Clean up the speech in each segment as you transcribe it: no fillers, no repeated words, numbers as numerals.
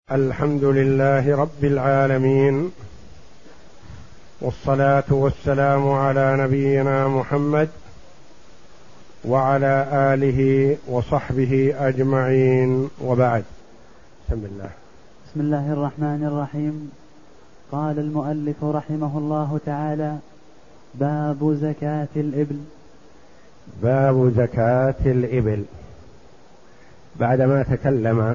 الحمد لله رب العالمين، والصلاة والسلام على نبينا محمد وعلى آله وصحبه أجمعين، وبعد. بسم الله الرحمن الرحيم. قال المؤلف رحمه الله تعالى: باب زكاة الإبل. باب زكاة الإبل. بعدما تكلم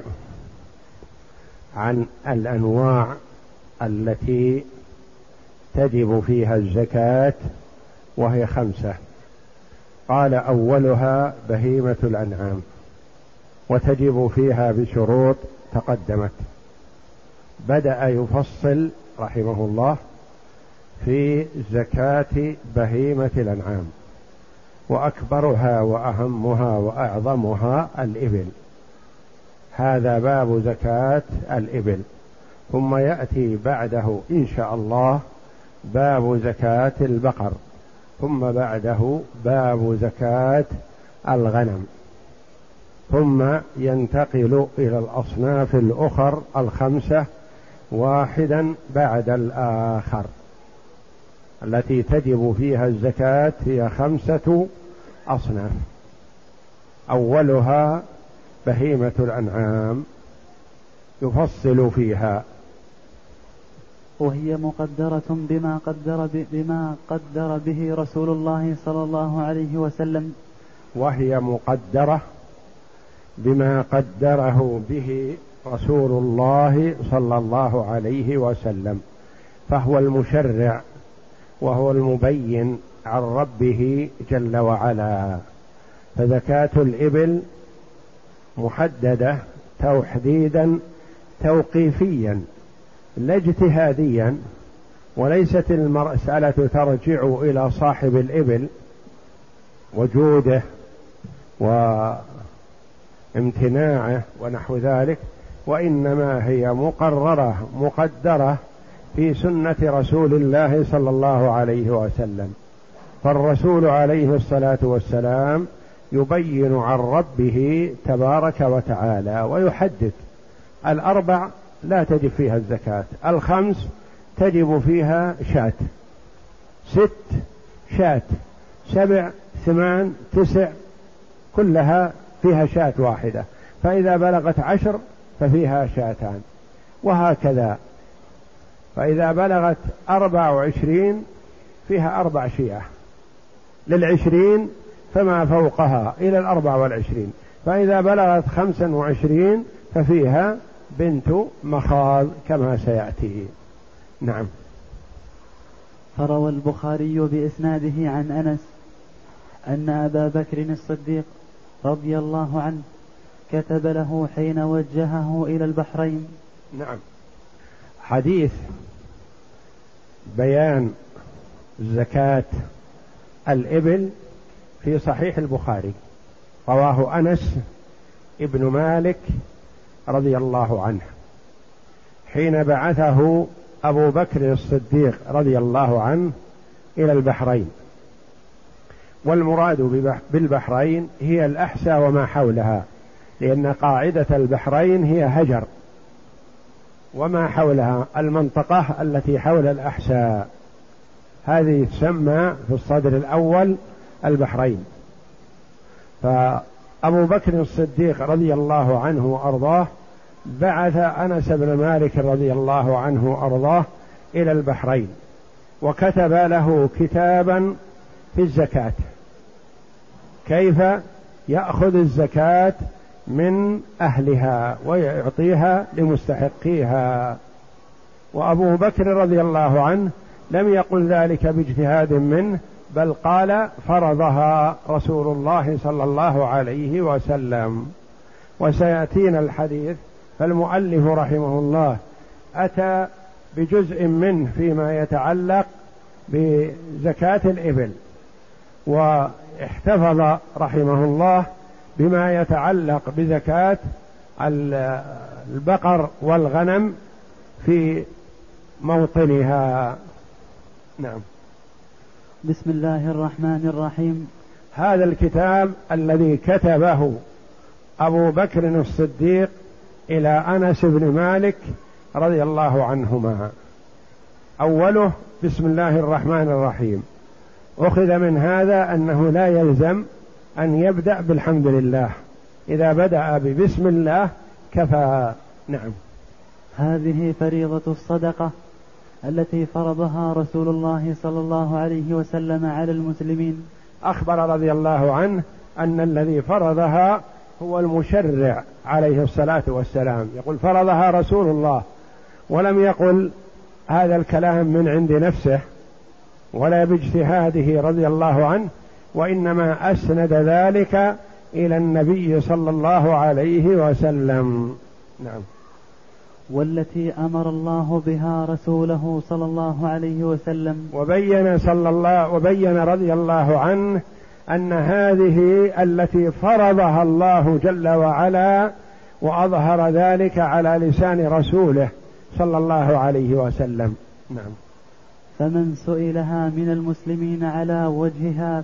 عن الأنواع التي تجب فيها الزكاة وهي 5، قال: أولها بهيمة الأنعام، وتجب فيها بشروط تقدمت. بدأ يفصل رحمه الله في زكاة بهيمة الأنعام، وأكبرها وأهمها وأعظمها الإبل. هذا باب زكاة الإبل، ثم يأتي بعده إن شاء الله باب زكاة البقر، ثم بعده باب زكاة الغنم، ثم ينتقل إلى الأصناف الأخر 5 واحدا بعد الآخر. التي تجب فيها الزكاة هي 5 أصناف. أولها بهيمة الأنعام، يفصل فيها: وهي مقدرة بما قدر به رسول الله صلى الله عليه وسلم. وهي مقدرة بما قدره به رسول الله صلى الله عليه وسلم، فهو المشرع وهو المبين عن ربه جل وعلا. فزكاة الإبل محددة تحديدا توقيفيا لا اجتهاديا، وليست المسألة ترجع إلى صاحب الإبل وجوده وامتناعه ونحو ذلك، وإنما هي مقدرة في سنة رسول الله صلى الله عليه وسلم. فالرسول عليه الصلاة والسلام يبين عن ربه تبارك وتعالى ويحدد: 4 لا تجب فيها الزكاة، 5 تجب فيها شاة، 6 شاة، 7 8 9 كلها فيها شاة واحدة، فإذا بلغت 10 ففيها شاتان، وهكذا. فإذا بلغت 24 فيها 4 شياه، 20 فما فوقها إلى 24، فإذا بلغت 25 ففيها بنت مخاض كما سيأتي. نعم. فروى البخاري بإسناده عن أنس أن أبا بكر الصديق رضي الله عنه كتب له حين وجهه إلى البحرين. نعم. حديث بيان زكاة الإبل في صحيح البخاري، رواه أنس ابن مالك رضي الله عنه حين بعثه أبو بكر الصديق رضي الله عنه إلى البحرين. والمراد بالبحرين هي الأحساء وما حولها، لأن قاعدة البحرين هي هجر، وما حولها المنطقة التي حول الأحساء، هذه تسمى في الصدر الأول البحرين. فأبو بكر الصديق رضي الله عنه وأرضاه بعث أنس بن مالك رضي الله عنه وأرضاه إلى البحرين، وكتب له كتابا في الزكاة، كيف يأخذ الزكاة من أهلها ويعطيها لمستحقيها. وأبو بكر رضي الله عنه لم يقل ذلك باجتهاد منه، بل قال: فرضها رسول الله صلى الله عليه وسلم. وسيأتينا الحديث. فالمؤلف رحمه الله أتى بجزء منه فيما يتعلق بزكاة الإبل، واحتفظ رحمه الله بما يتعلق بزكاة البقر والغنم في موطنها. نعم. بسم الله الرحمن الرحيم. هذا الكتاب الذي كتبه أبو بكر الصديق إلى أنس بن مالك رضي الله عنهما. أوله بسم الله الرحمن الرحيم. أخذ من هذا أنه لا يلزم أن يبدأ بالحمد لله، إذا بدأ ببسم الله كفى. نعم. هذه فريضة الصدقة التي فرضها رسول الله صلى الله عليه وسلم على المسلمين. أخبر رضي الله عنه أن الذي فرضها هو المشرع عليه الصلاة والسلام، يقول فرضها رسول الله، ولم يقل هذا الكلام من عند نفسه ولا باجتهاده رضي الله عنه، وإنما أسند ذلك إلى النبي صلى الله عليه وسلم. نعم. والتي أمر الله بها رسوله صلى الله عليه وسلم. وبين رضي الله عنه أن هذه التي فرضها الله جل وعلا، وأظهر ذلك على لسان رسوله صلى الله عليه وسلم. نعم. فمن سئلها من المسلمين على وجهها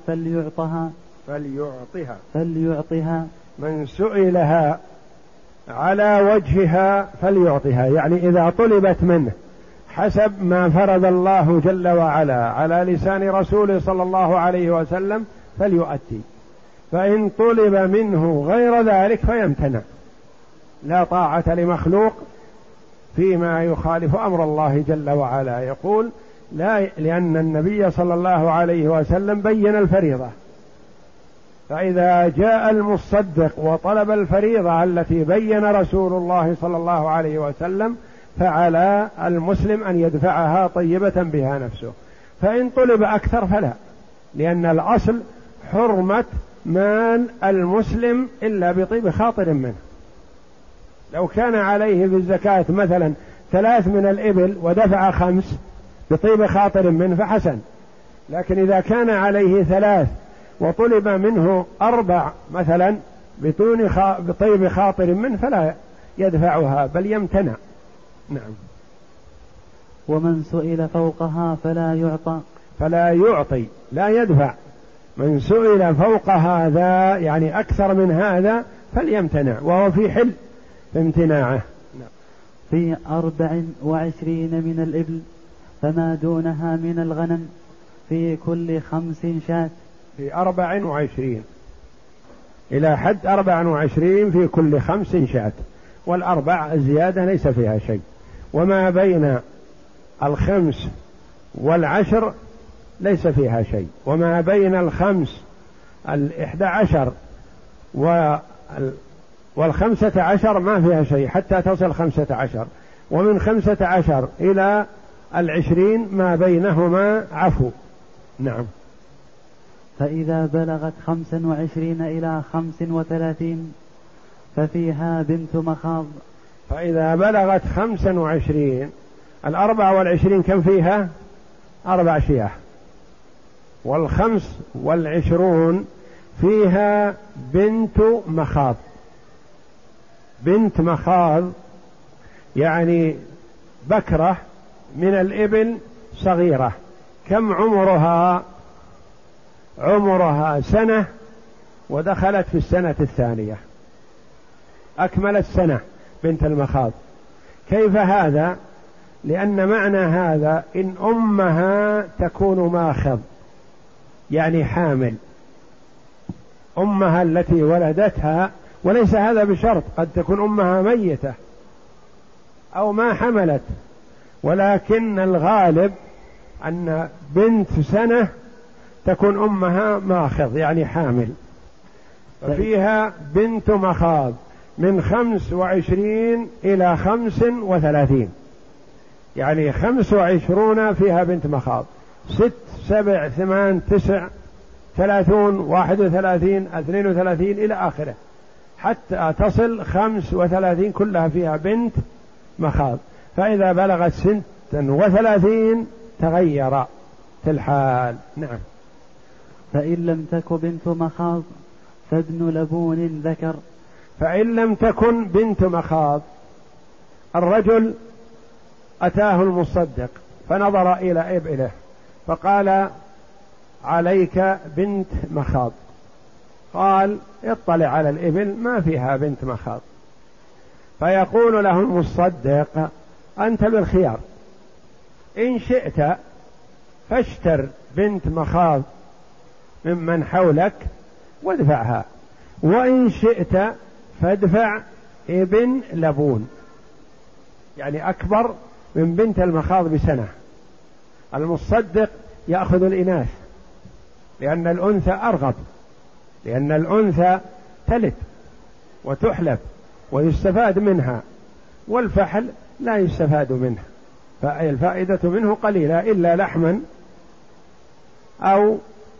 فليعطها. من سئلها على وجهها فليعطها، يعني إذا طلبت منه حسب ما فرض الله جل وعلا على لسان رسوله صلى الله عليه وسلم فليؤدي، فإن طلب منه غير ذلك فيمتنع. لا طاعة لمخلوق فيما يخالف أمر الله جل وعلا. يقول لا، لأن النبي صلى الله عليه وسلم بين الفريضة، فإذا جاء المصدق وطلب الفريضة التي بين رسول الله صلى الله عليه وسلم فعلى المسلم أن يدفعها طيبة بها نفسه، فإن طلب أكثر فلا، لأن الأصل حرمة مال المسلم إلا بطيب خاطر منه. لو كان عليه في الزكاة مثلا 3 من الإبل ودفع 5 بطيب خاطر منه فحسن، لكن إذا كان عليه 3 وطلب منه 4 مثلا بطيب خاطر منه فلا يدفعها بل يمتنع. نعم. ومن سئل فوقها فلا يعطي، لا يدفع. من سئل فوق هذا يعني أكثر من هذا فليمتنع، وهو في حل في امتناعه. في 24 من الإبل فما دونها من الغنم في كل 5 شاة. في 24 إلى حد 24 في كل 5 شاة، والأربع الزيادة ليس فيها شيء، وما بين 5 و10 ليس فيها شيء، وما بين 5 11 و15 ما فيها شيء حتى تصل 15، ومن 15 إلى 20 ما بينهما عفو. نعم. فإذا بلغت 25 إلى 35 ففيها بنت مخاض. فإذا بلغت 25 24 كم فيها؟ 4 شياه، 25 فيها بنت مخاض. بنت مخاض يعني بكرة من الإبل صغيرة. كم عمرها؟ عمرها 1 سنة ودخلت في 1 الثانية، أكملت 1 سنة بنت المخاض. كيف هذا؟ لأن معنى هذا إن أمها تكون ماخض يعني حامل، أمها التي ولدتها، وليس هذا بشرط، قد تكون أمها ميتة أو ما حملت، ولكن الغالب أن بنت 1 سنة تكون أمها ماخض يعني حامل. ففيها بنت مخاض من 25 إلى 35، يعني 25 فيها بنت مخاض، 6 7 8 9 30 31 32 إلى آخره، حتى تصل 35 كلها فيها بنت مخاض. فإذا بلغت 36 تغير في الحال. نعم. فإن لم تك بنت مخاض فابن لبون ذكر. فإن لم تكن بنت مخاض، الرجل أتاه المصدق فنظر إلى إبله فقال عليك بنت مخاض، قال اطلع على الإبل ما فيها بنت مخاض، فيقول له المصدق: أنت بالخيار، إن شئت فاشتر بنت مخاض ممن حولك وادفعها، وإن شئت فادفع ابن لبون، يعني أكبر من بنت المخاض بسنة. المصدق يأخذ الإناث لأن الأنثى أرغب، لأن الأنثى تلد وتحلب ويستفاد منها، والفحل لا يستفاد منه، فالفائدة منه قليلة إلا لحما أو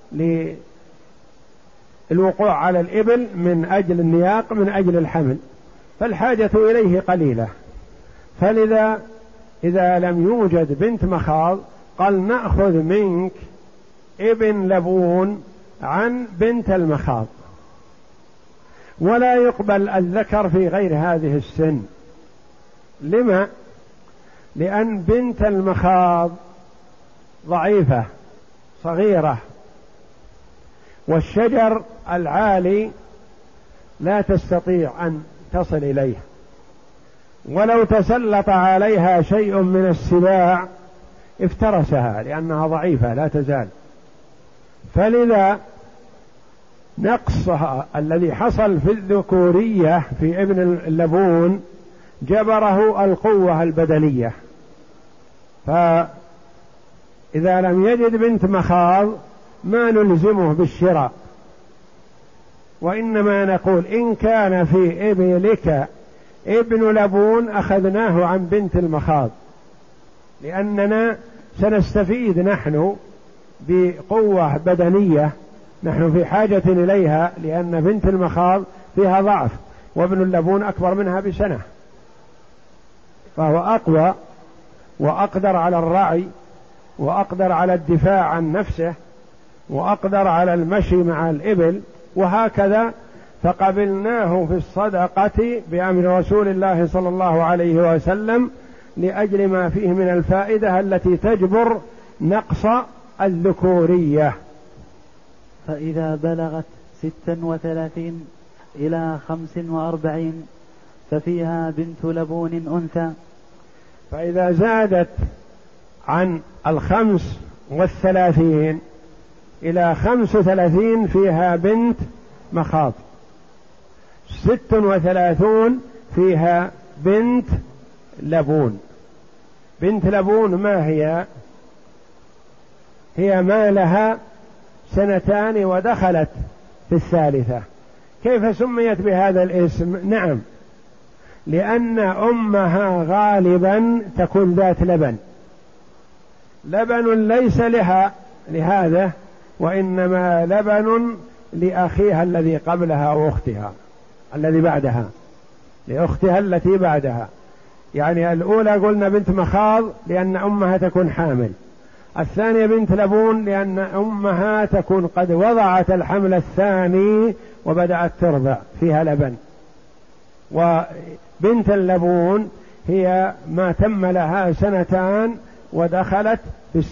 للوقوع على الإبل من أجل النياق من أجل الحمل، فالحاجة إليه قليلة. فلذا إذا لم يوجد بنت مخاض قال: نأخذ منك ابن لبون عن بنت المخاض، ولا يقبل الذكر في غير هذه السن. لما؟ لأن بنت المخاض ضعيفة صغيرة، والشجر العالي لا تستطيع أن تصل إليه، ولو تسلط عليها شيء من السباع افترسها لأنها ضعيفة لا تزال. فلذا نقصها الذي حصل في الذكورية في ابن اللبون جبره القوة البدنية، فإذا لم يجد بنت مخاض ما نلزمه بالشراء، وإنما نقول: إن كان في إبلك ابن لبون أخذناه عن بنت المخاض، لأننا سنستفيد نحن بقوة بدنية نحن في حاجة إليها، لأن بنت المخاض فيها ضعف وابن اللبون أكبر منها بسنة، فهو أقوى وأقدر على الرعي وأقدر على الدفاع عن نفسه وأقدر على المشي مع الإبل وهكذا. فقبلناه في الصدقة بأمر رسول الله صلى الله عليه وسلم لأجل ما فيه من الفائدة التي تجبر نقص الذكورية. فإذا بلغت 36 إلى 45 ففيها بنت لبون أنثى. فإذا زادت عن 35 إلى 35 فيها بنت مخاض، 36 فيها بنت لبون. بنت لبون ما هي؟ هي ما لها 2 ودخلت في 3. كيف سميت بهذا الاسم؟ نعم، لأن أمها غالبا تكون ذات لبن ليس لها لهذا، وإنما لبن لأخيها الذي قبلها وأختها الذي بعدها، لأختها التي بعدها. يعني الأولى قلنا بنت مخاض لأن أمها تكون حامل، الثانية بنت لبون لأن أمها تكون قد وضعت الحمل الثاني وبدأت ترضع فيها لبن. وبنت اللبون هي ما تم لها 2 ودخلت في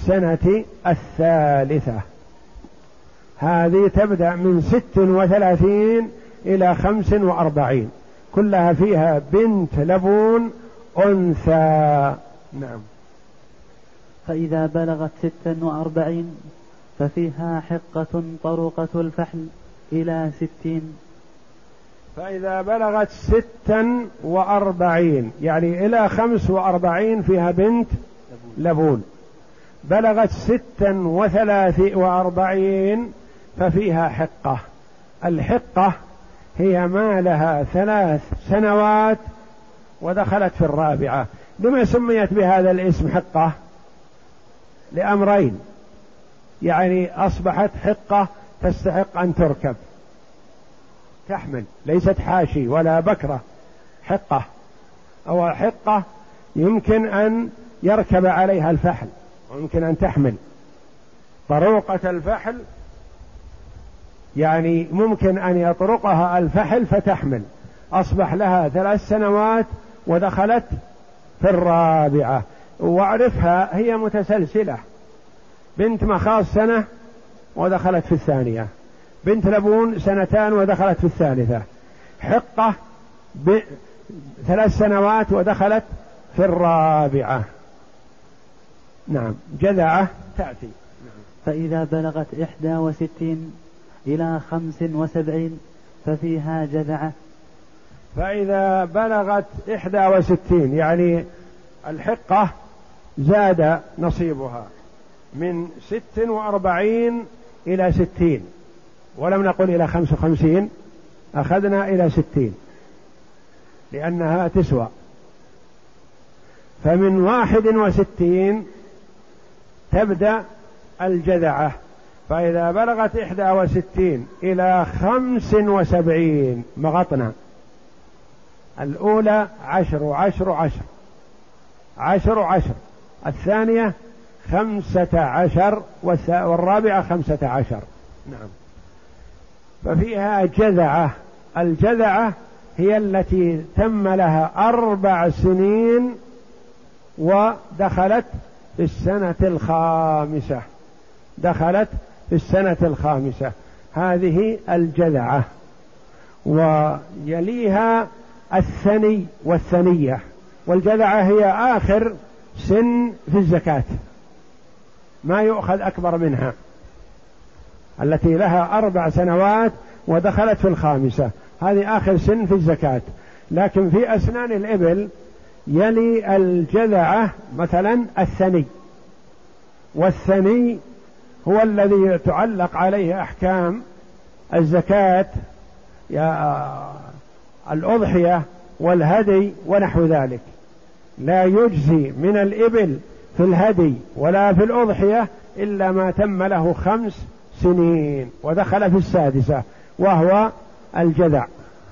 3. هذه تبدأ من 36 إلى 45 كلها فيها بنت لبون أنثى. نعم. فإذا بلغت 46 ففيها حقة طرقة الفحل إلى 60. فإذا بلغت 46 يعني إلى 45 فيها بنت لبون. بلغت 46 ففيها حقة. الحقة هي ما لها 3 سنوات ودخلت في 4. لما سميت بهذا الاسم حقة؟ لأمرين، يعني أصبحت حقة تستحق أن تركب، تحمل، ليست حاشي ولا بكرة، حقة. أو حقة يمكن أن يركب عليها الفحل ويمكن أن تحمل. طروقة الفحل يعني ممكن أن يطرقها الفحل فتحمل، أصبح لها 3 سنوات ودخلت في 4. واعرفها هي متسلسلة، بنت مخاض 1 ودخلت في 2، بنت لبون 2 ودخلت في 3. حقة 3 سنوات ودخلت في الرابعة. نعم، جذعة تأتي. فإذا بلغت 61 إلى 75 ففيها جذعة. فإذا بلغت 61 يعني الحقة زاد نصيبها من 46 إلى 60، ولم نقل إلى 55، أخذنا إلى 60 لأنها تسوى. فمن 61 تبدأ الجذعة. فإذا بلغت 61 إلى 75 مغطنا الأولى 10 10 10 10 10، الثانية 15 والرابعة 15. نعم. ففيها جذعة. الجذعة هي التي تم لها 4 سنين ودخلت في السنة الخامسة، دخلت في السنة الخامسة، هذه الجذعة. ويليها الثني والثنية، والجذعة هي آخر سن في الزكاة، ما يؤخذ أكبر منها، التي لها 4 سنوات ودخلت في الخامسة، هذه آخر سن في الزكاة. لكن في أسنان الإبل يلي الجذعة مثلا الثني، والثني هو الذي تعلق عليه أحكام الزكاة، الأضحية والهدي ونحو ذلك. لا يجزي من الإبل في الهدي ولا في الأضحية إلا ما تم له 5 سنين ودخل في السادسة، وهو الجذع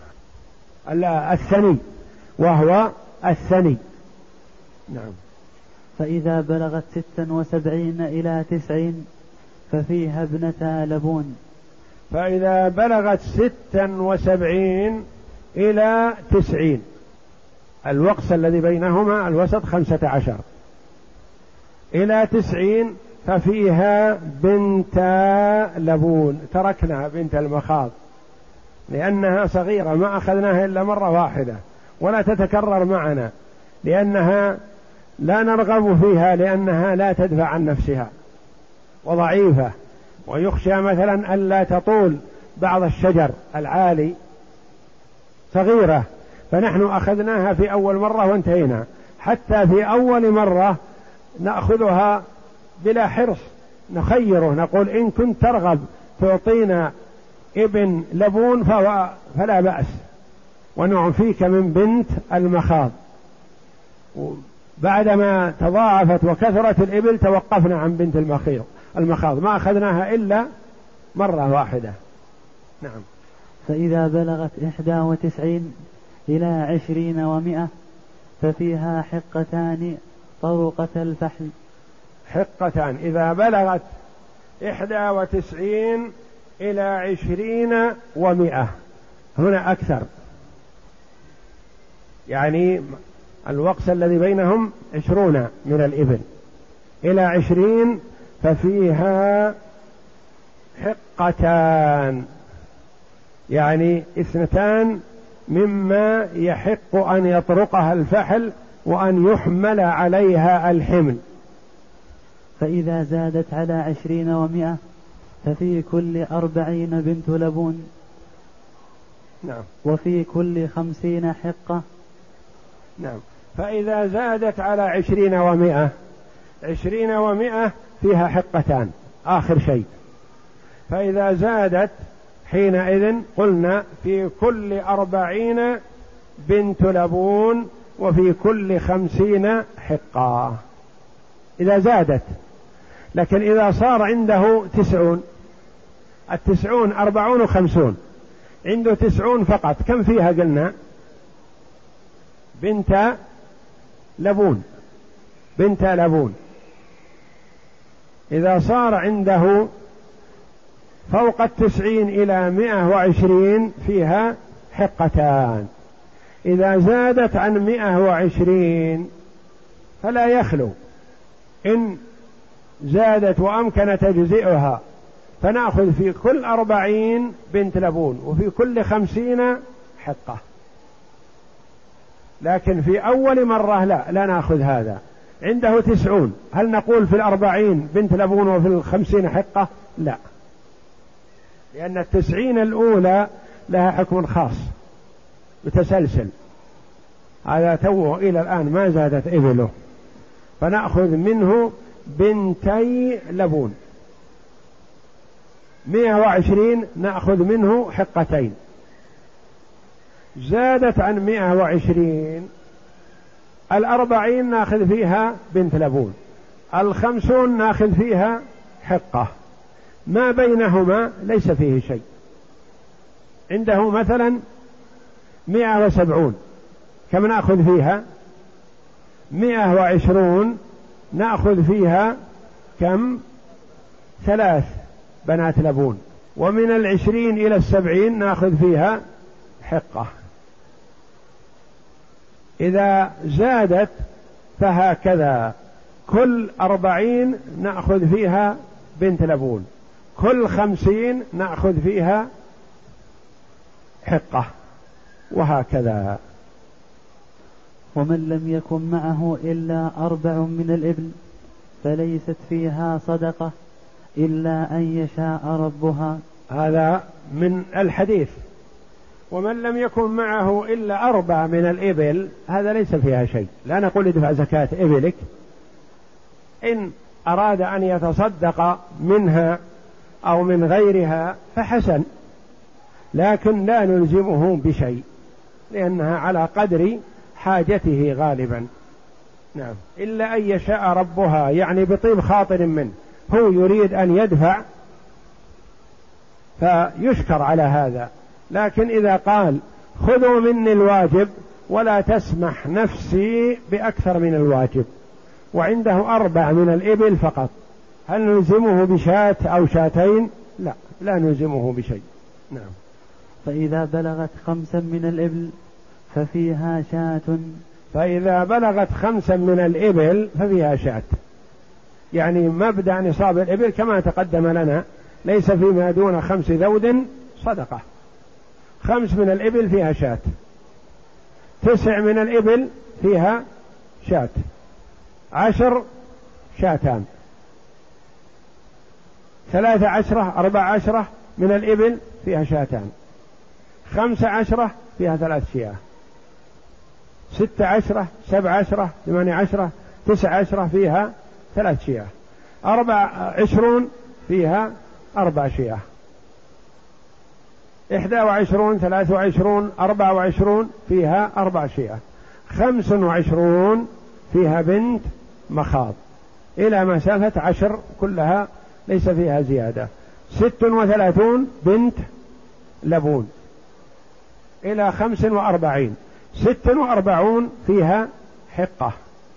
الثني، وهو الثني. نعم. فإذا بلغت 76 إلى 90 ففيها ابنتا لبون. فإذا بلغت 76 إلى 90، الوقت الذي بينهما الوسط 15 إلى 90، ففيها بنتا لبون. تركنا بنت المخاض لأنها صغيرة، ما أخذناها إلا مرة واحدة ولا تتكرر معنا، لأنها لا نرغب فيها، لأنها لا تدفع عن نفسها وضعيفة، ويخشى مثلا ألا تطول بعض الشجر العالي، صغيرة، فنحن أخذناها في أول مرة وانتهينا. حتى في أول مرة نأخذها بلا حرص، نخيره، نقول إن كنت ترغب تعطينا ابن لبون فلا بأس، ونعفيك من بنت المخاض. بعدما تضاعفت وكثرت الإبل توقفنا عن بنت المخاض، ما أخذناها إلا مرة واحدة. نعم. فإذا بلغت 91 إلى 20 و100 ففيها حقتان طرقة الفحل. حقتان إذا بلغت 91 إلى 20 و100، هنا أكثر، يعني الوقت الذي بينهم 20 من الإبل إلى 20، ففيها حقتان، يعني 2 مما يحق أن يطرقها الفحل وأن يحمل عليها الحمل. فإذا زادت على 20 و100 ففي كل 40 بنت لبون. نعم. وفي كل 50 حقة. نعم. فإذا زادت على 20 و100، 20 و100 فيها حقتان آخر شيء. فإذا زادت حينئذ قلنا في كل 40 بنت لبون وفي كل 50 حقة إذا زادت. لكن إذا صار عنده 90، 90 40 و50، عنده 90 فقط، كم فيها قلنا؟ بنت لبون، بنت لبون. إذا صار عنده فوق 90 إلى 120 فيها حقتان. إذا زادت عن 120 فلا يخلو، إن زادت وأمكن تجزئها فنأخذ في كل 40 بنت لبون وفي كل 50 حقة. لكن في أول مرة لا نأخذ هذا. عنده 90، هل نقول في 40 بنت لبون وفي 50 حقة؟ لا، لأن 90 الأولى لها حكم خاص متسلسل، هذا توه إلى الآن ما زادت إبله، فنأخذ منه بنتي لبون. 120 نأخذ منه حقتين، زادت عن 120 40 ناخذ فيها بنت لبون، 50 ناخذ فيها حقة، ما بينهما ليس فيه شيء. عنده مثلا 170، كم نأخذ فيها؟ 120 نأخذ فيها كم؟ 3 بنات لبون، ومن 20 إلى 70 نأخذ فيها حقة. إذا زادت فهكذا، كل 40 نأخذ فيها بنت لبون، كل 50 نأخذ فيها حقة، وهكذا. ومن لم يكن معه إلا 4 من الإبل فليست فيها صدقة إلا أن يشاء ربها. هذا من الحديث. ومن لم يكن معه إلا 4 من الإبل هذا ليس فيها شيء، لا نقول ادفع زكاة إبلك، إن أراد أن يتصدق منها أو من غيرها فحسن، لكن لا نلزمه بشيء لأنها على قدر حاجته غالبا. نعم، إلا أن يشاء ربها، يعني بطيب خاطر منه، هو يريد أن يدفع فيشكر على هذا. لكن إذا قال خذوا مني الواجب ولا تسمح نفسي بأكثر من الواجب، وعنده 4 من الإبل فقط، هل نلزمه بشاة أو شاتين؟ لا نلزمه بشيء. نعم. فإذا بلغت 5 من الإبل ففيها شاة. فإذا بلغت 5 من الإبل ففيها شاة، يعني مبدأ نصاب الإبل كما تقدم لنا، ليس فيما دون 5 ذود صدقة. 5 من الإبل فيها شاة، 9 من الإبل فيها شاة، 10 شاتان، 13 14 من الإبل فيها شاتان، 15 فيها 3 شياه، 16 17 18 19 فيها 3 شياه، 24 فيها 4 شياه، 21 23 24 فيها 4 شياه، 25 فيها بنت مخاض إلى مسافة 10 كلها ليس فيها زيادة، 36 بنت لبون إلى 45، 46 فيها حقة،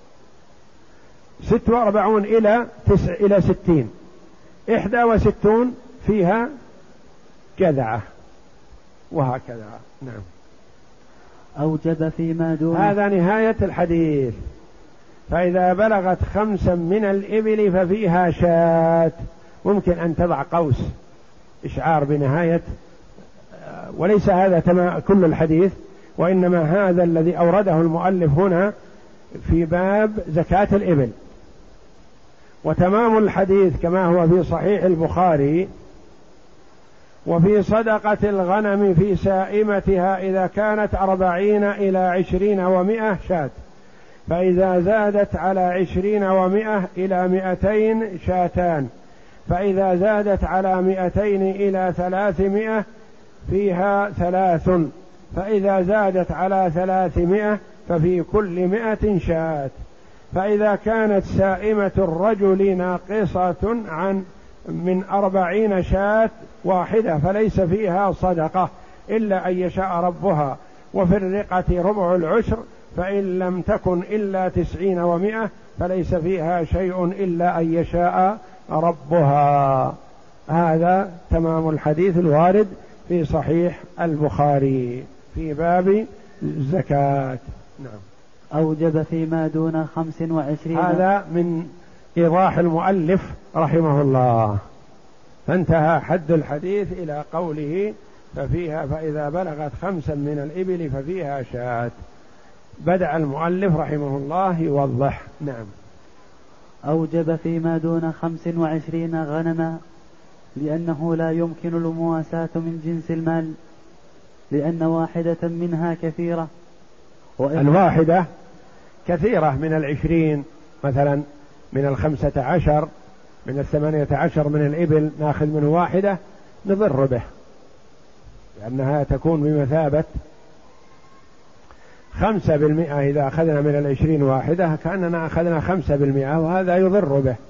46 إلى 60، 61 فيها جذعة، وهكذا. نعم. أوجب فيما دون. هذا نهاية الحديث. فإذا بلغت 5 من الإبل ففيها شاة، ممكن أن تضع قوس إشعار بنهاية، وليس هذا كل الحديث، وإنما هذا الذي أورده المؤلف هنا في باب زكاة الإبل. وتمام الحديث كما هو في صحيح البخاري: وفي صدقة الغنم في سائمتها إذا كانت 40 إلى 20 و100 شاة، فإذا زادت على 20 و100 إلى 200 شاتان، فإذا زادت على 200 إلى 300 فيها 3، فإذا زادت على 300 ففي كل 100 شاة. فإذا كانت سائمة الرجل ناقصة من 40 شاة واحدة فليس فيها صدقة إلا أن يشاء ربها. وفي الرقة ربع العشر، فإن لم تكن إلا 90 و100 فليس فيها شيء إلا أن يشاء ربها. هذا تمام الحديث الوارد في صحيح البخاري في باب الزكاة. نعم. أوجب فيما دون 25. هذا من إيضاح المؤلف رحمه الله. فانتهى حد الحديث إلى قوله فإذا بلغت 5 من الإبل ففيها شاة. بدأ المؤلف رحمه الله يوضح. نعم. أوجب فيما دون 25 غنما، لأنه لا يمكن المواساة من جنس المال، لأن واحدة منها كثيرة، الواحدة كثيرة من 20 مثلا، من 15، من 18 من الإبل ناخذ منه واحدة نضر به، لأنها تكون بمثابة 5%. إذا أخذنا من 20 واحدة كأننا أخذنا 5%، وهذا يضر به،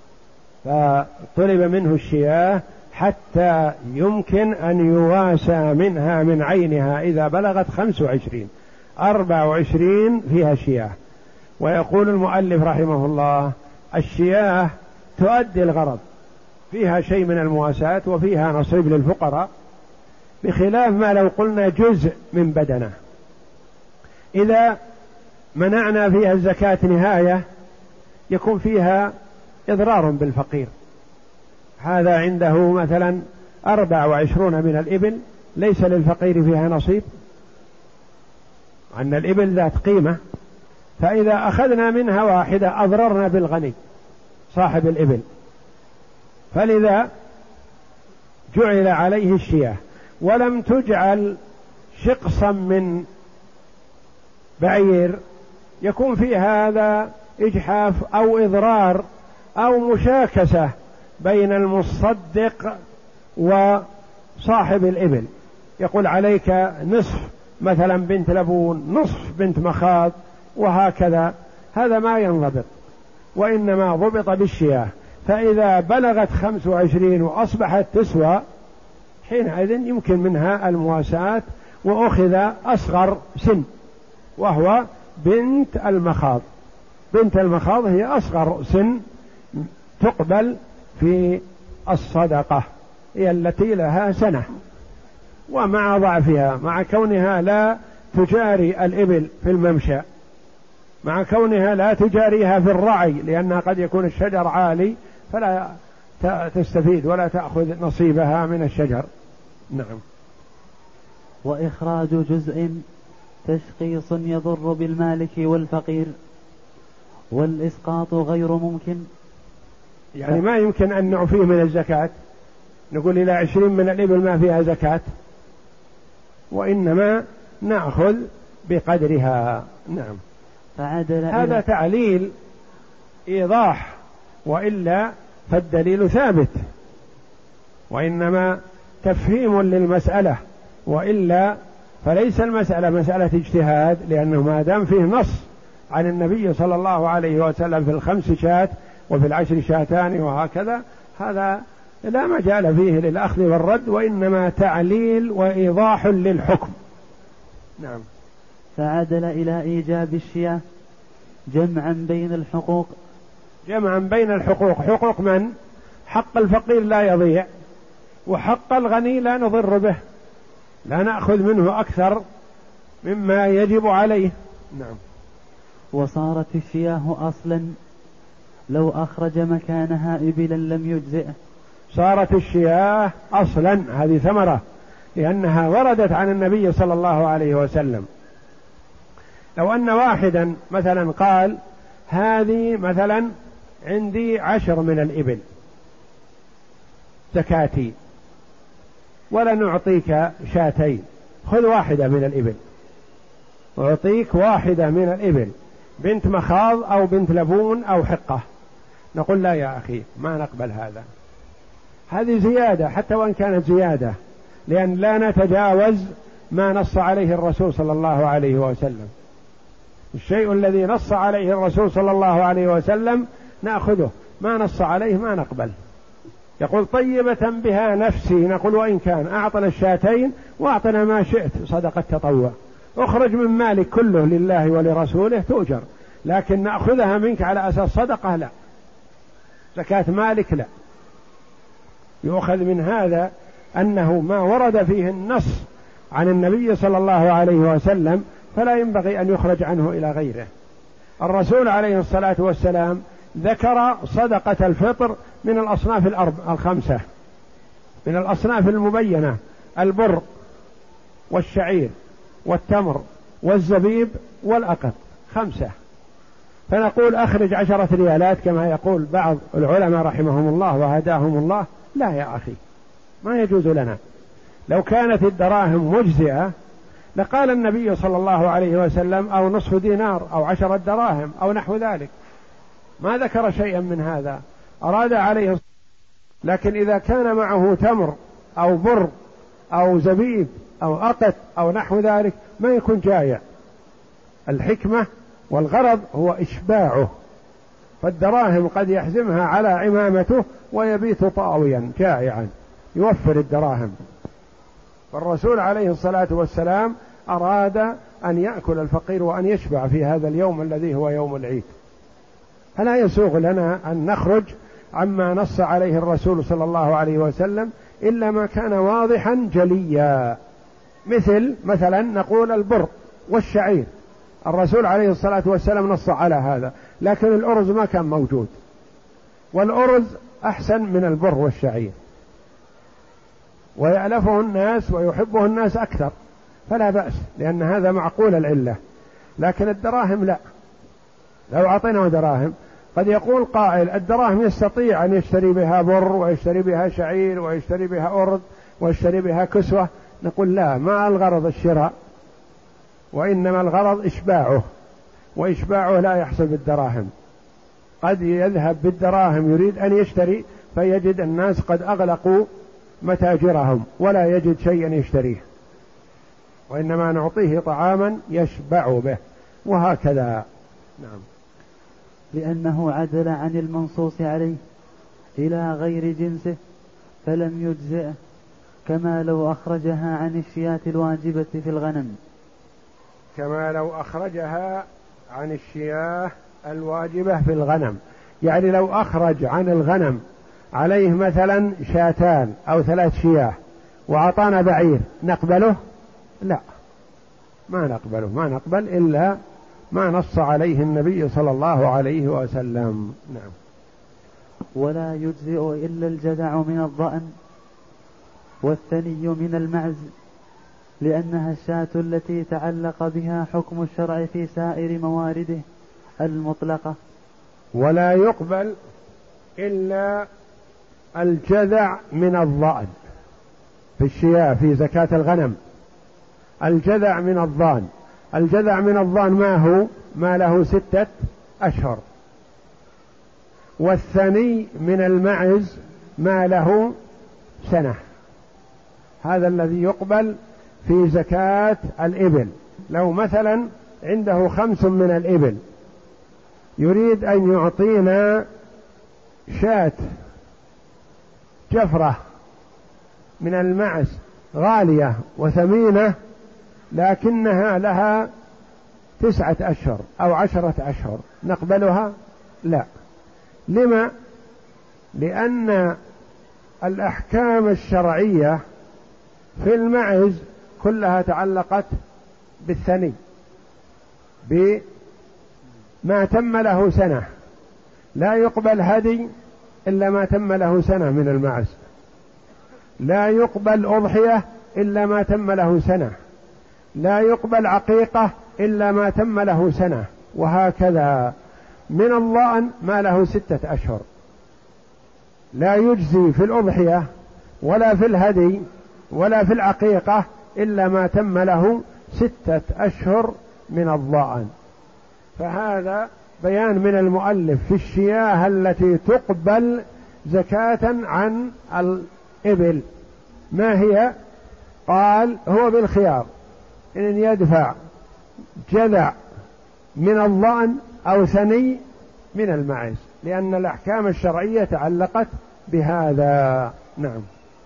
فطلب منه الشياه حتى يمكن أن يواسى منها من عينها إذا بلغت 25. 24 فيها شياه. ويقول المؤلف رحمه الله: الشياه تؤدي الغرض، فيها شيء من المواساة وفيها نصيب للفقراء، بخلاف ما لو قلنا جزء من بدنه. إذا منعنا فيها الزكاة نهاية يكون فيها إضرار بالفقير. هذا عنده مثلا 24 من الإبل، ليس للفقير فيها نصيب، أن الإبل ذات قيمة، فإذا أخذنا منها واحدة أضررنا بالغني صاحب الإبل، فلذا جعل عليه الشياه، ولم تجعل شقصا من بعير يكون في هذا إجحاف أو إضرار أو مشاكسة بين المصدق وصاحب الإبل، يقول عليك نصف مثلا بنت لبون، نصف بنت مخاض، وهكذا. هذا ما ينضبط، وإنما ضبط بالشياه. فإذا بلغت 25 وأصبحت تسوى، حينئذ يمكن منها المواساة، وأخذ أصغر سن وهو بنت المخاض. بنت المخاض هي أصغر سن تقبل في الصدقة، هي التي لها سنة، ومع ضعفها، مع كونها لا تجاري الإبل في الممشى، مع كونها لا تجاريها في الرعي، لأنها قد يكون الشجر عالي فلا تستفيد ولا تأخذ نصيبها من الشجر. نعم. وإخراج جزء تشخيص يضر بالمالك والفقير، والإسقاط غير ممكن، يعني ما يمكن أن نعفيه من الزكاة، نقول إلى 20 من الإبل ما فيها زكاة، وإنما نأخذ بقدرها. نعم. هذا تعليل إيضاح، وإلا فالدليل ثابت، وإنما تفهيم للمسألة، وإلا فليس المسألة مسألة اجتهاد، لأنه ما دام فيه نص عن النبي صلى الله عليه وسلم في 5 شاة وفي 10 شاتان وهكذا، هذا لا مجال فيه للأخذ والرد، وإنما تعليل وإيضاح للحكم. نعم. فعدل إلى إيجاب الشياه جمعا بين الحقوق. جمعا بين الحقوق. حقوق من؟ حق الفقير لا يضيع، وحق الغني لا نضر به، لا نأخذ منه أكثر مما يجب عليه. نعم. وصارت الشياه أصلا لو أخرج مكانها إبلا لم يجزئه. صارت الشياه أصلا، هذه ثمرة، لأنها وردت عن النبي صلى الله عليه وسلم. لو أن واحدا مثلا قال: هذه مثلا عندي 10 من الإبل زكاتي، ولا نعطيك شاتين، خذ واحدة من الإبل، أعطيك واحدة من الإبل، بنت مخاض أو بنت لبون أو حقة. نقول: لا يا أخي، ما نقبل هذا، هذه زيادة حتى وإن كانت زيادة، لأن لا نتجاوز ما نص عليه الرسول صلى الله عليه وسلم. الشيء الذي نص عليه الرسول صلى الله عليه وسلم نأخذه، ما نص عليه ما نقبل. يقول: طيبة بها نفسي، نقول: وإن كان أعطنا الشاتين وأعطنا ما شئت صدقة تطوع، اخرج من مالك كله لله ولرسوله تؤجر، لكن نأخذها منك على أساس صدقة لا، زكاة مالك لا. يؤخذ من هذا أنه ما ورد فيه النص عن النبي صلى الله عليه وسلم فلا ينبغي أن يخرج عنه إلى غيره. الرسول عليه الصلاة والسلام ذكر صدقة الفطر من الأصناف 5، من الأصناف المبينة: البر والشعير والتمر والزبيب والأقط 5، فنقول أخرج 10 ريالات كما يقول بعض العلماء رحمهم الله وهداهم الله. لا يا أخي، ما يجوز لنا. لو كانت الدراهم مجزئة لقال النبي صلى الله عليه وسلم أو نصف دينار أو 10 دراهم أو نحو ذلك، ما ذكر شيئا من هذا، أراد عليه. لكن إذا كان معه تمر أو بر أو زبيب أو أقط أو نحو ذلك ما يكون جائع. الحكمة والغرض هو إشباعه، فالدراهم قد يحزمها على عمامته ويبيت طاويا جائعا، يوفر الدراهم. فالرسول عليه الصلاة والسلام أراد أن يأكل الفقير وأن يشبع في هذا اليوم الذي هو يوم العيد. فلا يسوغ لنا أن نخرج عما نص عليه الرسول صلى الله عليه وسلم إلا ما كان واضحا جليا، مثلا نقول البر والشعير، الرسول عليه الصلاة والسلام نص على هذا، لكن الأرز ما كان موجود، والأرز أحسن من البر والشعير ويألفه الناس ويحبه الناس أكثر، فلا بأس لأن هذا معقول العلة. لكن الدراهم لا، لو أعطيناه دراهم قد يقول قائل الدراهم يستطيع أن يشتري بها بر ويشتري بها شعير ويشتري بها أرز ويشتري بها كسوة. نقول لا، ما الغرض الشراء، وإنما الغرض إشباعه، وإشباعه لا يحصل بالدراهم. قد يذهب بالدراهم يريد أن يشتري فيجد الناس قد أغلقوا متاجرهم ولا يجد شيئا يشتريه، وإنما نعطيه طعاما يشبع به، وهكذا. نعم. لأنه عدل عن المنصوص عليه إلى غير جنسه فلم يجزئه، كما لو أخرجها عن الشياة الواجبة في الغنم، كما لو أخرجها عن الشياه الواجبة في الغنم. يعني لو أخرج عن الغنم عليه مثلا 2 أو 3 شياه وأعطانا بعير نقبله؟ لا، ما نقبله، ما نقبل إلا ما نص عليه النبي صلى الله عليه وسلم. نعم. ولا يجزئ إلا الجذع من الضأن والثني من المعز، لأنها الشاة التي تعلق بها حكم الشرع في سائر موارده المطلقة. ولا يقبل إلا الجذع من الضأن في الشياه في زكاة الغنم. الجذع من الضأن، الجذع من الضأن ما هو؟ ما له 6 أشهر. والثني من المعز ما له 1 سنة. هذا الذي يقبل في زكاة الإبل. لو مثلا عنده 5 من الإبل يريد أن يعطينا شاة جفرة من المعز غالية وثمينة لكنها لها 9 أشهر أو 10 أشهر، نقبلها؟ لا. لما؟ لأن الأحكام الشرعية في المعز كلها تعلقت بالثني بما تم له 1 سنة. لا يقبل هدي إلا ما تم له 1 سنة من المعز، لا يقبل أضحية إلا ما تم له 1 سنة، لا يقبل عقيقة إلا ما تم له 1 سنة، وهكذا. من الضأن ما له 6 أشهر، لا يجزي في الأضحية ولا في الهدي ولا في العقيقة إلا ما تم له 6 أشهر من الضأن. فهذا بيان من المؤلف في الشياه التي تقبل زكاة عن الإبل. ما هي؟ قال هو بالخيار إن يدفع جذع من الضأن أو ثني من المعز، لأن الأحكام الشرعية تعلقت بهذا. نعم.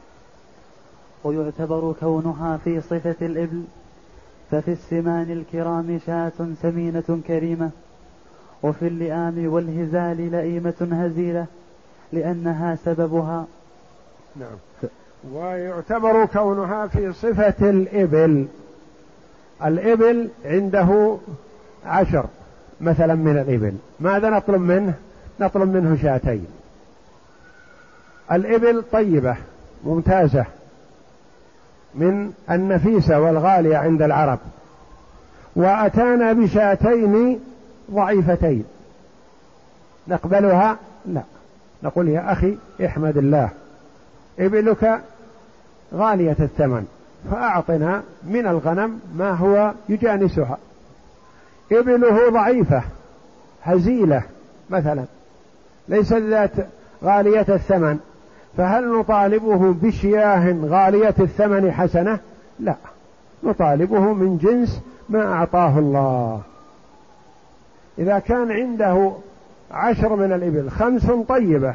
ويعتبر كونها في صفة الإبل، ففي السمان الكرام شاة سمينة كريمة، وفي اللئام والهزال لئيمة هزيلة لأنها سببها. نعم. ويعتبر كونها في صفة الإبل. الإبل عنده 10 مثلا من الإبل، ماذا نطلب منه؟ نطلب منه 2. الإبل طيبة ممتازة من النفيسة والغالية عند العرب، وأتانا بشاتين ضعيفتين نقبلها؟ لا، نقول يا أخي احمد الله، إبلك غالية الثمن فأعطنا من الغنم ما هو يجانسها. إبله ضعيفة هزيلة مثلا ليست ذات غالية الثمن، فهل نطالبه بشياه غالية الثمن حسنة؟ لا، نطالبه من جنس ما أعطاه الله. إذا كان عنده 10 من الإبل 5 طيبة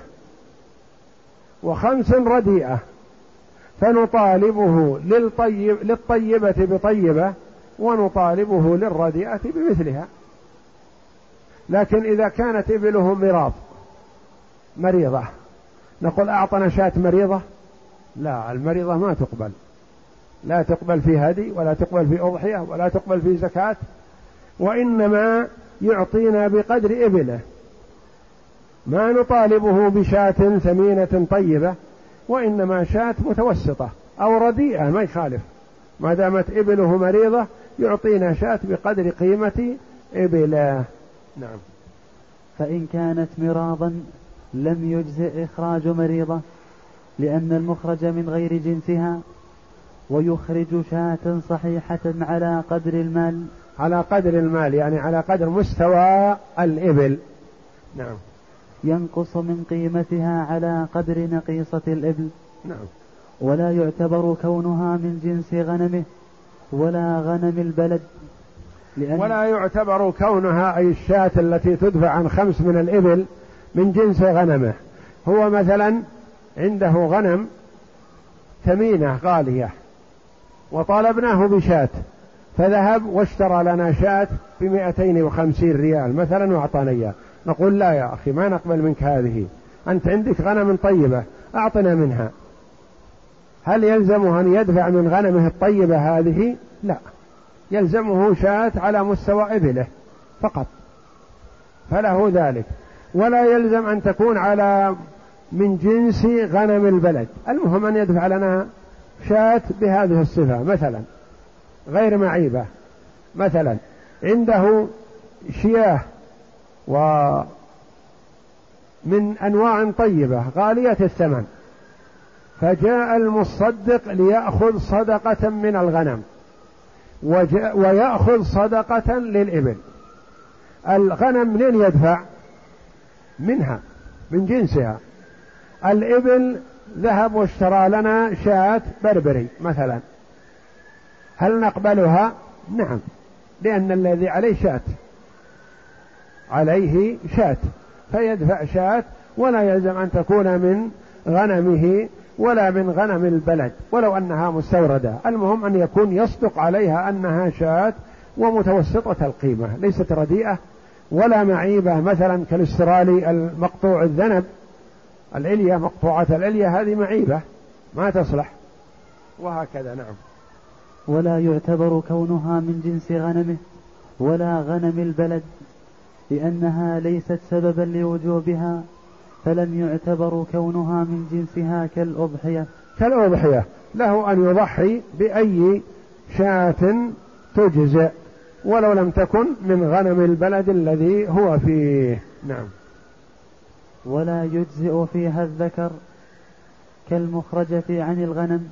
و5 رديئة فنطالبه للطيبة بطيبة ونطالبه للرديئة بمثلها. لكن إذا كانت إبله مريضة نقول أعطنا شاة مريضة؟ لا، المريضة ما تقبل، لا تقبل في هدي ولا تقبل في أضحية ولا تقبل في زكاة، وإنما يعطينا بقدر إبله، ما نطالبه بشاة ثمينة طيبة، وإنما شاة متوسطة أو رديئة ما يخالف، ما دامت إبله مريضة يعطينا شاة بقدر قيمة إبله. نعم. فإن كانت مراضا لم يجزئ إخراج مريضة لأن المخرج من غير جنسها، ويخرج شاة صحيحة على قدر المال. على قدر المال يعني على قدر مستوى الإبل. نعم. ينقص من قيمتها على قدر نقيصة الإبل. نعم. ولا يعتبر كونها من جنس غنمه ولا غنم البلد، ولا يعتبر كونها أي الشاة التي تدفع عن 5 من الإبل من جنس غنمه. هو مثلا عنده غنم ثمينة غالية وطالبناه بشاة، فذهب واشترى لنا شاة ب250 ريال مثلا وأعطانا إياه، نقول لا يا أخي ما نقبل منك هذه، أنت عندك غنم طيبة أعطنا منها. هل يلزمه أن يدفع من غنمه الطيبة هذه؟ لا، يلزمه شاة على مستوى إبله فقط، فله ذلك. ولا يلزم أن تكون على من جنس غنم البلد، المهم أن يدفع لنا شاة بهذه الصفة مثلا غير معيبة. مثلا عنده شياه ومن أنواع طيبة غالية الثمن، فجاء المصدق ليأخذ صدقة من الغنم ويأخذ صدقة للإبل. الغنم منين يدفع؟ منها من جنسها. الإبل ذهب واشترى لنا شاة بربري مثلا، هل نقبلها؟ نعم، لأن الذي عليه شاة فيدفع شاة، ولا يلزم أن تكون من غنمه ولا من غنم البلد ولو أنها مستوردة، المهم أن يكون يصدق عليها أنها شاة ومتوسطة القيمة، ليست رديئة ولا معيبة مثلا كالاسترالي المقطوع الذنب، العلية مقطوعة العلية هذه معيبة ما تصلح، وهكذا. نعم. ولا يعتبر كونها من جنس غنمه ولا غنم البلد لأنها ليست سببا لوجوبها، فلم يعتبر كونها من جنسها كالأضحية له أن يضحي بأي شاة تجزئ ولو لم تكن من غنم البلد الذي هو فيه. نعم. ولا يجزئ فيها الذكر كالمخرجة عن الغنم،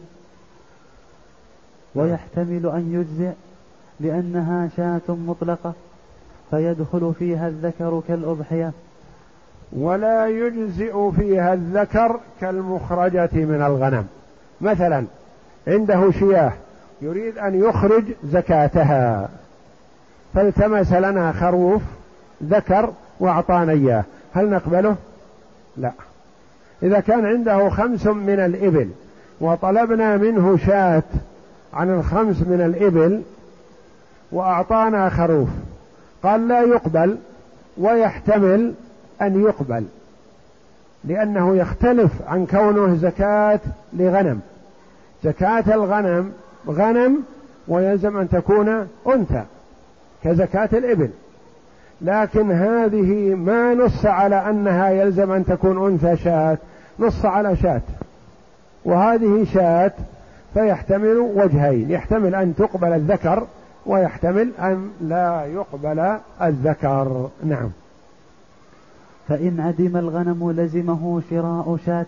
ويحتمل أن يجزئ لأنها شاة مطلقة فيدخل فيها الذكر كالأضحية. ولا يجزئ فيها الذكر كالمخرجة من الغنم، مثلا عنده شياه يريد أن يخرج زكاتها فالتمس لنا خروف ذكر وأعطانا إياه، هل نقبله؟ لا. إذا كان عنده 5 من الإبل وطلبنا منه شاة عن 5 من الإبل وأعطانا خروف، قال لا يقبل، ويحتمل أن يقبل لأنه يختلف عن كونه زكاة لغنم. زكاة الغنم غنم ويلزم أن تكون أنثى كزكاة الإبل، لكن هذه ما نص على أنها يلزم أن تكون أنثى شاة، نص على شاة، وهذه شاة، فيحتمل وجهين، يحتمل أن تقبل الذكر ويحتمل أن لا يقبل الذكر. نعم. فإن عدم الغنم لزمه شراء شاة.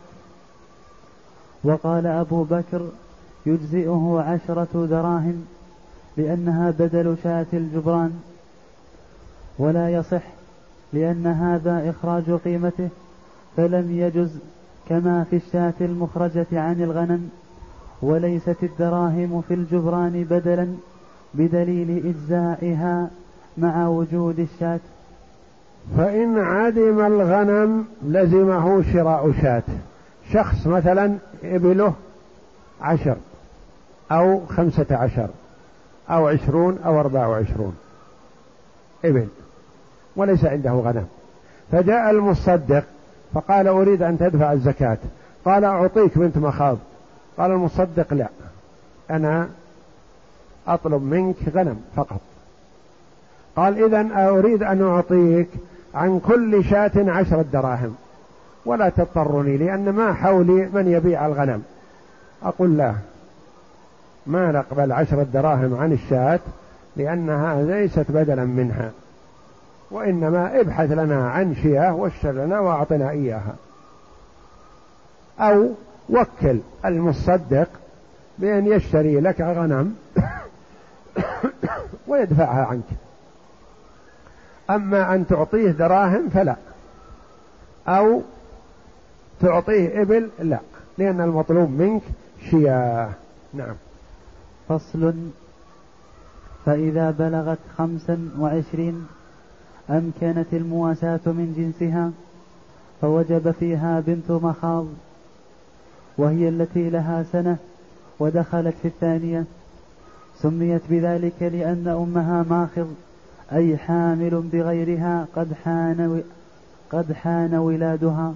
وقال أبو بكر يجزئه 10 دراهم لأنها بدل شاة الجبران، ولا يصح لأن هذا إخراج قيمته فلم يجز كما في الشاة المخرجة عن الغنم، وليست الدراهم في الجبران بدلا بدليل إجزائها مع وجود الشاة. فإن عدم الغنم لزمه شراء شاة. شخص مثلا إبله 10 أو 15 أو 20 أو 24 إبل وليس عنده غنم، فجاء المصدق فقال أريد أن تدفع الزكاة، قال أعطيك بنت مخاض، قال المصدق لا، أنا أطلب منك غنم فقط. قال إذن أريد أن أعطيك عن كل شاة 10 دراهم ولا تضطرني لأن ما حولي من يبيع الغنم. أقول لا، ما نقبل 10 دراهم عن الشاة لأنها ليست بدلا منها، وإنما ابحث لنا عن شياه واشتر لنا وأعطنا إياها، أو وكل المصدق بأن يشتري لك غنم ويدفعها عنك. أما أن تعطيه دراهم فلا، أو تعطيه إبل لا، لأن المطلوب منك شياه. نعم. فصل. فإذا بلغت 25 أمكنت المواساة من جنسها فوجب فيها بنت مخاض، وهي التي لها سنة ودخلت في الثانية. سميت بذلك لأن أمها ماخض أي حامل بغيرها قد حان ولادها.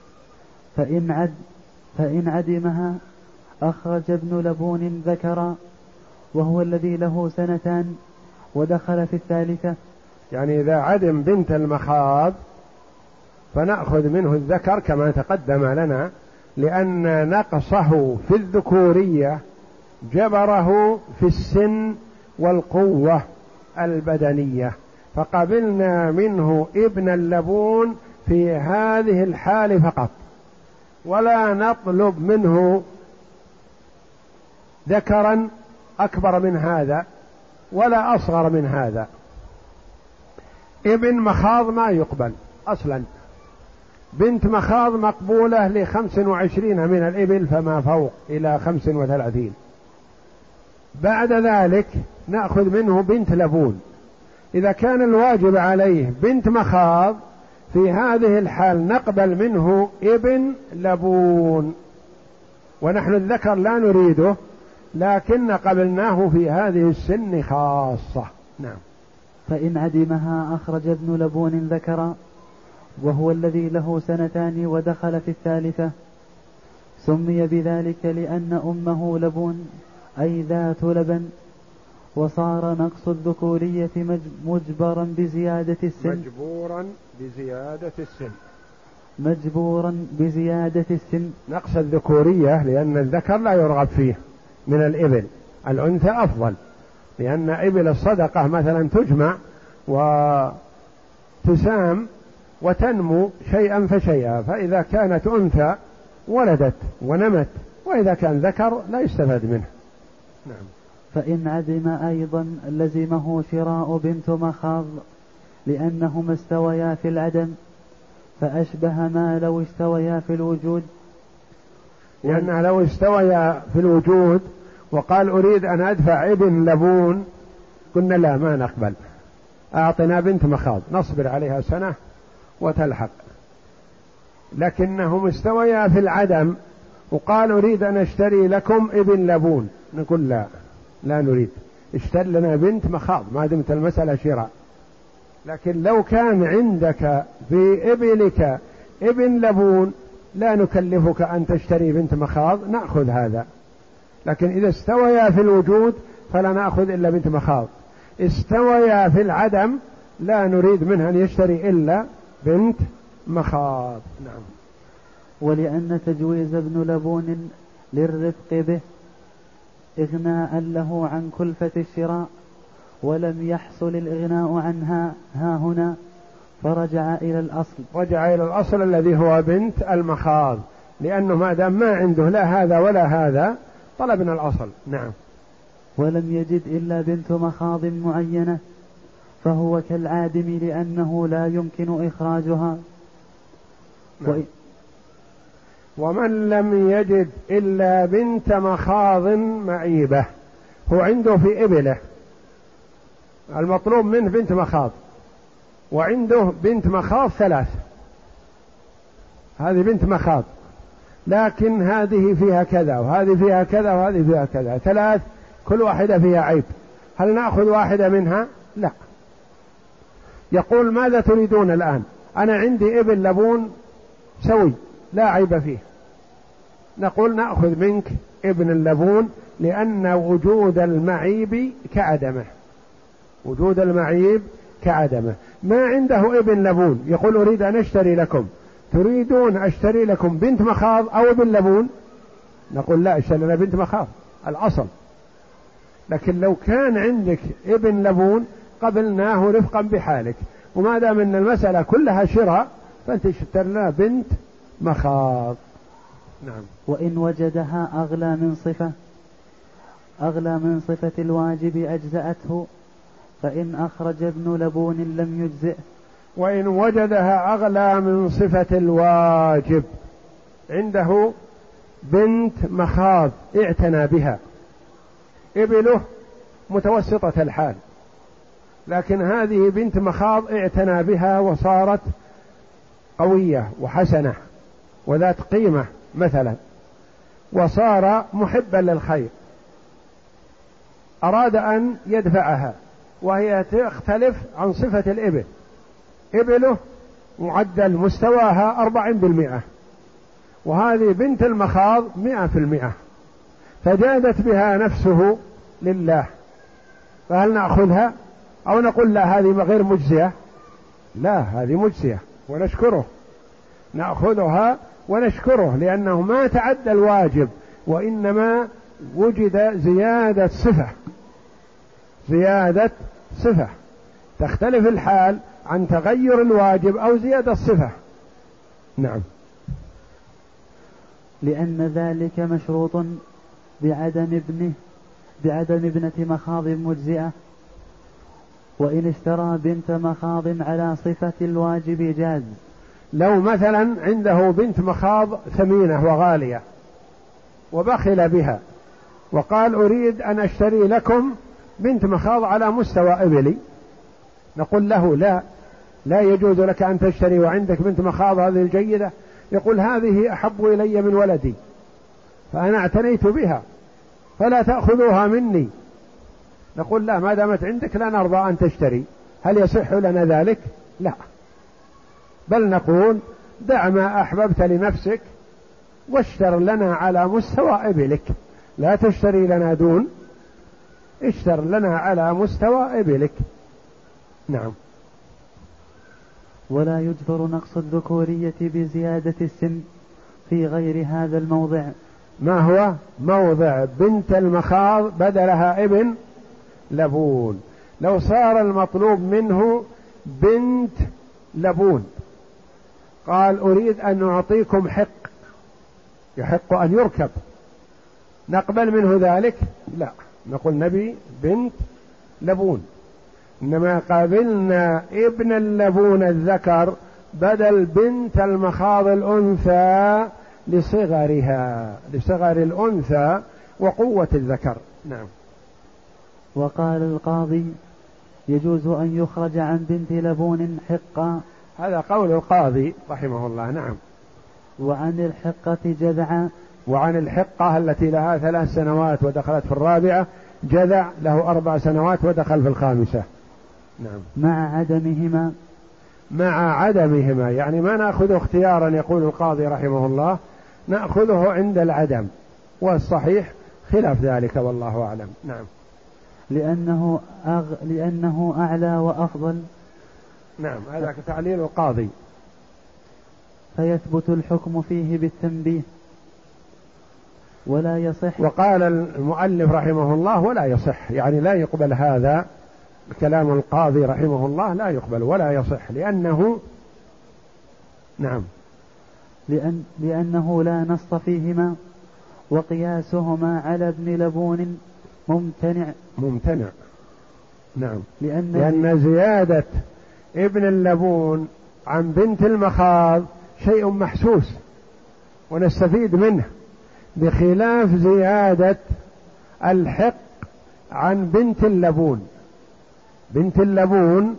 فإن عدمها أخرج ابن لبون ذكرا وهو الذي له 2 سنين ودخل في الثالثة. يعني إذا عدم بنت المخاض فنأخذ منه الذكر كما تقدم لنا، لأن نقصه في الذكورية جبره في السن والقوة البدنية، فقبلنا منه ابن اللبون في هذه الحال فقط، ولا نطلب منه ذكرا أكبر من هذا ولا أصغر من هذا. ابن مخاض ما يقبل أصلا، بنت مخاض مقبولة 25 من الإبل فما فوق إلى 35. بعد ذلك نأخذ منه بنت لبون. إذا كان الواجب عليه بنت مخاض في هذه الحال نقبل منه ابن لبون، ونحن الذكر لا نريده لكن قبلناه في هذه السن خاصة. نعم. فإن عدمها أخرج ابن لبون ذكرا وهو الذي له 2 سنين ودخل في الثالثة. سمي بذلك لأن أمه لبون أي ذات لبن، وصار نقص الذكورية مجبورا بزيادة السن. نقص الذكورية لأن الذكر لا يرغب فيه من الإبل، الأنثى أفضل، لأن إبل الصدقة مثلا تجمع وتسام وتنمو شيئا فشيئا، فإذا كانت أنثى ولدت ونمت، وإذا كان ذكر لا يستفاد منه. نعم. فإن عدم أيضا لزمه شراء بنت مخاض لأنهما استويا في العدم، فأشبه ما لو استويا في الوجود. لأنها لو استويا في الوجود وقال أريد أن أدفع ابن لبون قلنا لا، ما نقبل، أعطنا بنت مخاض نصبر عليها 1 سنة وتلحق. لكنهم استويا في العدم وقال أريد أن أشتري لكم ابن لبون، نقول لا نريد، اشتر لنا بنت مخاض ما دمت المسألة شراء. لكن لو كان عندك في إبلك ابن لبون لا نكلفك أن تشتري بنت مخاض، نأخذ هذا. لكن إذا استويا في الوجود فلا نأخذ إلا بنت مخاض، استويا في العدم لا نريد منها أن يشتري إلا بنت مخاض. نعم. ولأن تجويز ابن لبون للرفق به إغناء له عن كلفة الشراء، ولم يحصل الإغناء عنها ها هنا، فرجع إلى الأصل. رجع إلى الأصل الذي هو بنت المخاض، لأنه ما دام ما عنده لا هذا ولا هذا طلبنا الأصل. نعم. ولم يجد إلا بنت مخاض معينة فهو كالعادم لأنه لا يمكن إخراجها. نعم. ومن لم يجد إلا بنت مخاض معيبة، هو عنده في إبله المطلوب منه بنت مخاض، وعنده بنت مخاض 3، هذه بنت مخاض لكن هذه فيها كذا وهذه فيها كذا وهذه فيها كذا، 3 كل واحدة فيها عيب، هل نأخذ واحدة منها؟ لا. يقول ماذا تريدون الآن؟ أنا عندي ابن لبون سوي لا عيب فيه. نقول نأخذ منك ابن اللبون لأن وجود المعيب كعدمه، وجود المعيب كعدمه. ما عنده ابن لبون يقول أريد أن أشتري لكم، تريدون أشتري لكم بنت مخاض أو ابن لبون؟ نقول لا، اشتري لنا بنت مخاض الأصل. لكن لو كان عندك ابن لبون قبلناه رفقا بحالك، وما دام ان المسألة كلها شراء فانت اشتري لنا بنت مخاض. نعم. وإن وجدها أغلى من صفة الواجب أجزأته، فإن أخرج ابن لبون لم يجزئه. وإن وجدها أغلى من صفة الواجب، عنده بنت مخاض اعتنى بها، إبله متوسطة الحال، لكن هذه بنت مخاض اعتنى بها وصارت قوية وحسنة وذات قيمة مثلا، وصار محبا للخير، أراد أن يدفعها وهي تختلف عن صفة الإبل، إبله معدل مستواها 40%، وهذه بنت المخاض 100%، فجادت بها نفسه لله، فهل نأخذها أو نقول لا هذه غير مجزية؟ لا، هذه مجزية ونشكره، نأخذها ونشكره لأنه ما تعدى الواجب، وإنما وجد زيادة صفة تختلف الحال عن تغير الواجب أو زيادة الصفة. نعم. لأن ذلك مشروط بعدم ابنة مخاض مجزئة، وإن اشترى بنت مخاض على صفة الواجب جاز. لو مثلا عنده بنت مخاض ثمينة وغالية وبخل بها وقال أريد أن أشتري لكم بنت مخاض على مستوى إبلي، نقول له لا يجوز لك أن تشتري وعندك بنت مخاض هذه الجيدة. يقول هذه أحب إلي من ولدي فأنا اعتنيت بها فلا تأخذوها مني. نقول لا، ما دامت عندك لا نرضى أن تشتري. هل يصح لنا ذلك؟ لا، بل نقول دع ما أحببت لنفسك واشتر لنا على مستوى إبلك، لا تشتري لنا دون، اشتر لنا على مستوى إبلك. نعم. ولا يجبر نقص الذكورية بزيادة السن في غير هذا الموضع. ما هو موضع بنت المخاض بدلها ابن لبون؟ لو صار المطلوب منه بنت لبون، قال أريد أن نعطيكم يحق أن يركب، نقبل منه ذلك؟ لا، نقول نبي بنت لبون. إنما قابلنا ابن اللبون الذكر بدل بنت المخاض الأنثى لصغر الأنثى وقوة الذكر. نعم. وقال القاضي يجوز أن يخرج عن بنت لبون حقا، هذا قول القاضي رحمه الله. نعم. وعن الحقة جذعا، وعن الحقة التي لها 3 سنوات ودخلت في الرابعة جذع له 4 سنوات ودخل في ال5. نعم. مع عدمهما يعني ما نأخذ اختيارا، يقول القاضي رحمه الله، نأخذه عند العدم، والصحيح خلاف ذلك والله أعلم. نعم. لأنه أعلى وأفضل. نعم، هذا تعليل القاضي. فيثبت الحكم فيه بالتنبيه ولا يصح. وقال المؤلف رحمه الله ولا يصح، يعني لا يقبل هذا كلام القاضي رحمه الله لا يقبل ولا يصح، لأنه نعم لأنه لا نص فيهما، وقياسهما على ابن لبون ممتنع. نعم، لأن زيادة ابن اللبون عن بنت المخاض شيء محسوس ونستفيد منه، بخلاف زيادة الحق عن بنت اللبون. بنت اللبون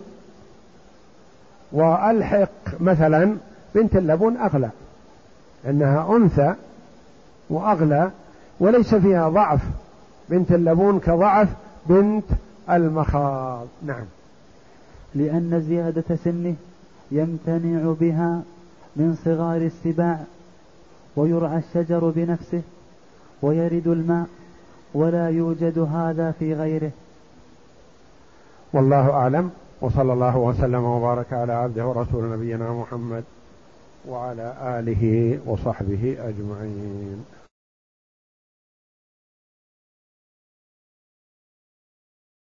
والحق مثلا، بنت اللبون أغلى إنها أنثى وأغلى وليس فيها ضعف، بنت اللبون كضعف بنت المخاض. نعم، لأن زيادة سنه يمتنع بها من صغار السباع، ويرعى الشجر بنفسه ويرد الماء، ولا يوجد هذا في غيره. والله أعلم، وصلى الله وسلم وبارك على عبده ورسول نبينا محمد وعلى آله وصحبه أجمعين.